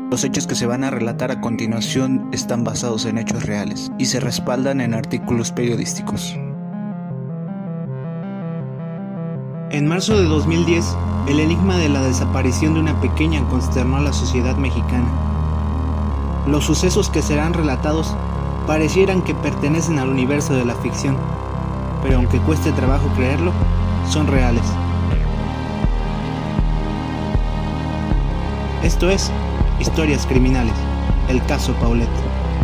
Los hechos que se van a relatar a continuación están basados en hechos reales y se respaldan en artículos periodísticos. En marzo de 2010, el enigma de la desaparición de una pequeña consternó a la sociedad mexicana. Los sucesos que serán relatados parecieran que pertenecen al universo de la ficción, pero aunque cueste trabajo creerlo, son reales. Esto es Historias Criminales, el caso Paulette.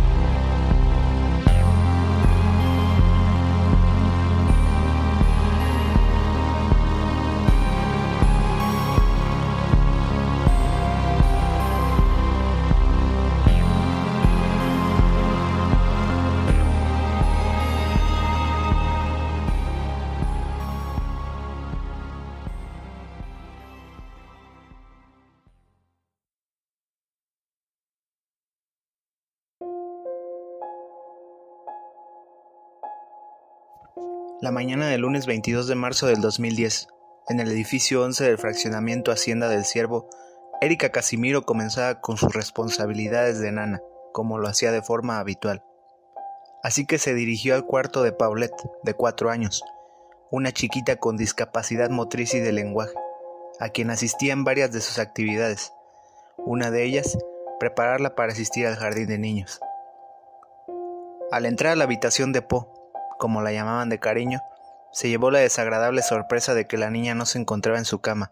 La mañana del lunes 22 de marzo del 2010, en el edificio 11 del fraccionamiento Hacienda del Ciervo, Erika Casimiro comenzaba con sus responsabilidades de nana, como lo hacía de forma habitual. Así que se dirigió al cuarto de Paulette, de 4 años, una chiquita con discapacidad motriz y de lenguaje, a quien asistía en varias de sus actividades, una de ellas, prepararla para asistir al jardín de niños. Al entrar a la habitación de Po, como la llamaban de cariño, se llevó la desagradable sorpresa de que la niña no se encontraba en su cama.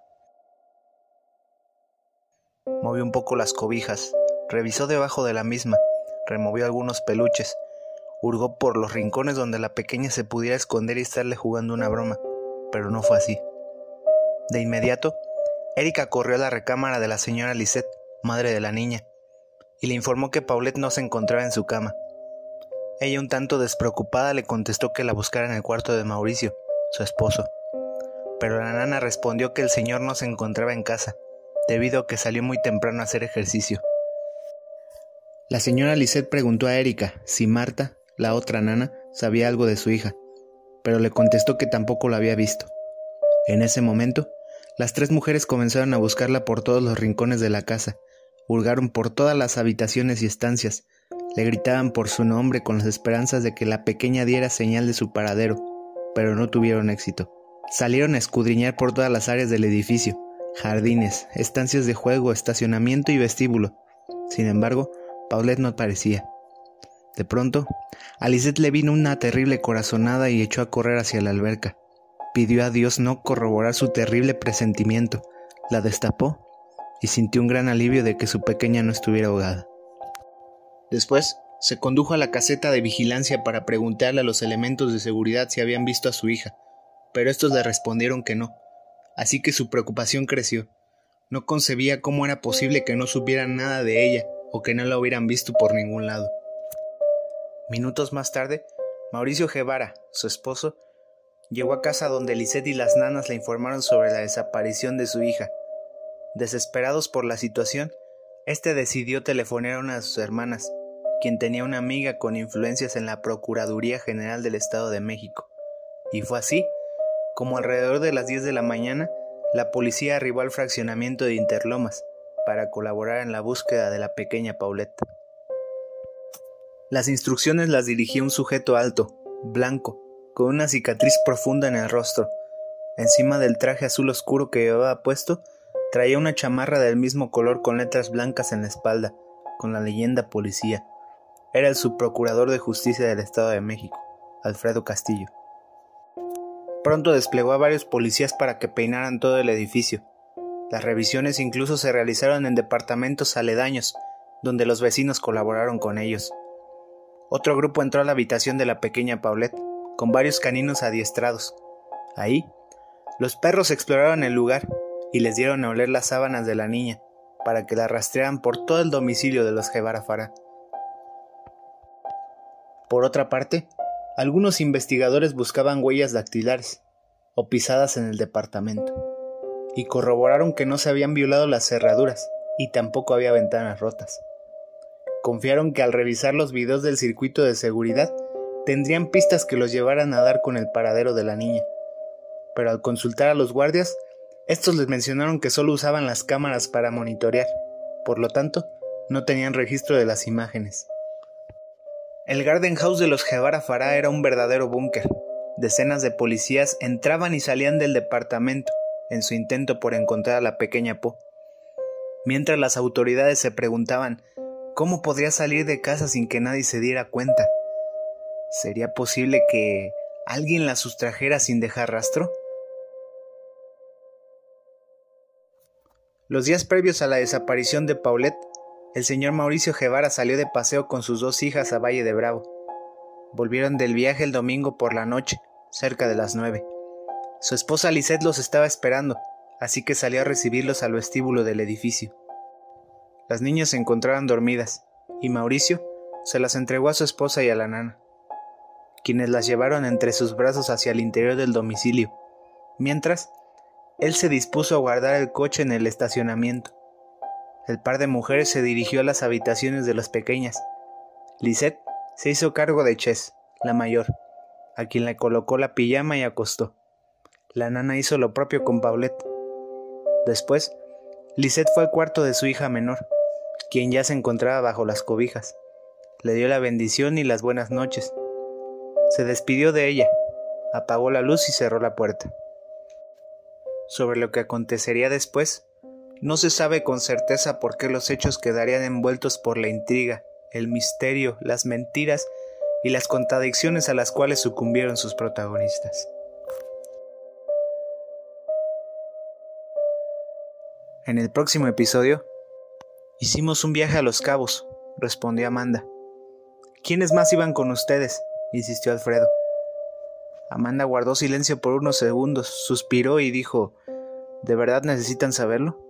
Movió un poco las cobijas, revisó debajo de la misma, removió algunos peluches, hurgó por los rincones donde la pequeña se pudiera esconder y estarle jugando una broma, pero no fue así. De inmediato, Erika corrió a la recámara de la señora Lisette, madre de la niña, y le informó que Paulette no se encontraba en su cama. Ella, un tanto despreocupada, le contestó que la buscara en el cuarto de Mauricio, su esposo. Pero la nana respondió que el señor no se encontraba en casa, debido a que salió muy temprano a hacer ejercicio. La señora Lisette preguntó a Erika si Marta, la otra nana, sabía algo de su hija, pero le contestó que tampoco la había visto. En ese momento, las 3 mujeres comenzaron a buscarla por todos los rincones de la casa, hurgaron por todas las habitaciones y estancias, le gritaban por su nombre con las esperanzas de que la pequeña diera señal de su paradero, pero no tuvieron éxito. Salieron a escudriñar por todas las áreas del edificio, jardines, estancias de juego, estacionamiento y vestíbulo. Sin embargo, Paulette no aparecía. De pronto, a Lisette le vino una terrible corazonada y echó a correr hacia la alberca. Pidió a Dios no corroborar su terrible presentimiento, la destapó y sintió un gran alivio de que su pequeña no estuviera ahogada. Después, se condujo a la caseta de vigilancia para preguntarle a los elementos de seguridad si habían visto a su hija, pero estos le respondieron que no, así que su preocupación creció. No concebía cómo era posible que no supieran nada de ella o que no la hubieran visto por ningún lado. Minutos más tarde, Mauricio Guevara, su esposo, llegó a casa donde Lisette y las nanas le informaron sobre la desaparición de su hija. Desesperados por la situación, decidió telefonear a una de sus hermanas, quien tenía una amiga con influencias en la Procuraduría General del Estado de México. Y fue así, como alrededor de las 10 de la mañana, la policía arribó al fraccionamiento de Interlomas para colaborar en la búsqueda de la pequeña Paulette. Las instrucciones las dirigía un sujeto alto, blanco, con una cicatriz profunda en el rostro. Encima del traje azul oscuro que llevaba puesto, traía una chamarra del mismo color con letras blancas en la espalda, con la leyenda policía. Era el subprocurador de justicia del Estado de México, Alfredo Castillo. Pronto desplegó a varios policías para que peinaran todo el edificio. Las revisiones incluso se realizaron en departamentos aledaños, donde los vecinos colaboraron con ellos. Otro grupo entró a la habitación de la pequeña Paulette, con varios caninos adiestrados. Ahí, los perros exploraron el lugar y les dieron a oler las sábanas de la niña, para que la rastrearan por todo el domicilio de los Guevara Farah. Por otra parte, algunos investigadores buscaban huellas dactilares o pisadas en el departamento, y corroboraron que no se habían violado las cerraduras y tampoco había ventanas rotas. Confiaron que al revisar los videos del circuito de seguridad tendrían pistas que los llevaran a dar con el paradero de la niña, pero al consultar a los guardias, estos les mencionaron que solo usaban las cámaras para monitorear, por lo tanto, no tenían registro de las imágenes. El Garden House de los Guevara Farah era un verdadero búnker. Decenas de policías entraban y salían del departamento en su intento por encontrar a la pequeña Po. Mientras las autoridades se preguntaban cómo podría salir de casa sin que nadie se diera cuenta. ¿Sería posible que alguien la sustrajera sin dejar rastro? Los días previos a la desaparición de Paulette, el señor Mauricio Guevara salió de paseo con sus 2 hijas a Valle de Bravo. Volvieron del viaje el domingo por la noche, cerca de las 9. Su esposa Lisette los estaba esperando, así que salió a recibirlos al vestíbulo del edificio. Las niñas se encontraban dormidas, y Mauricio se las entregó a su esposa y a la nana, quienes las llevaron entre sus brazos hacia el interior del domicilio, mientras él se dispuso a guardar el coche en el estacionamiento. El par de mujeres se dirigió a las habitaciones de las pequeñas. Lisette se hizo cargo de Chess, la mayor, a quien le colocó la pijama y acostó. La nana hizo lo propio con Paulette. Después, Lisette fue al cuarto de su hija menor, quien ya se encontraba bajo las cobijas. Le dio la bendición y las buenas noches. Se despidió de ella, apagó la luz y cerró la puerta. Sobre lo que acontecería después, no se sabe con certeza por qué los hechos quedarían envueltos por la intriga, el misterio, las mentiras y las contradicciones a las cuales sucumbieron sus protagonistas. En el próximo episodio, hicimos un viaje a Los Cabos, respondió Amanda. ¿Quiénes más iban con ustedes?, insistió Alfredo. Amanda guardó silencio por unos segundos, suspiró y dijo, ¿de verdad necesitan saberlo?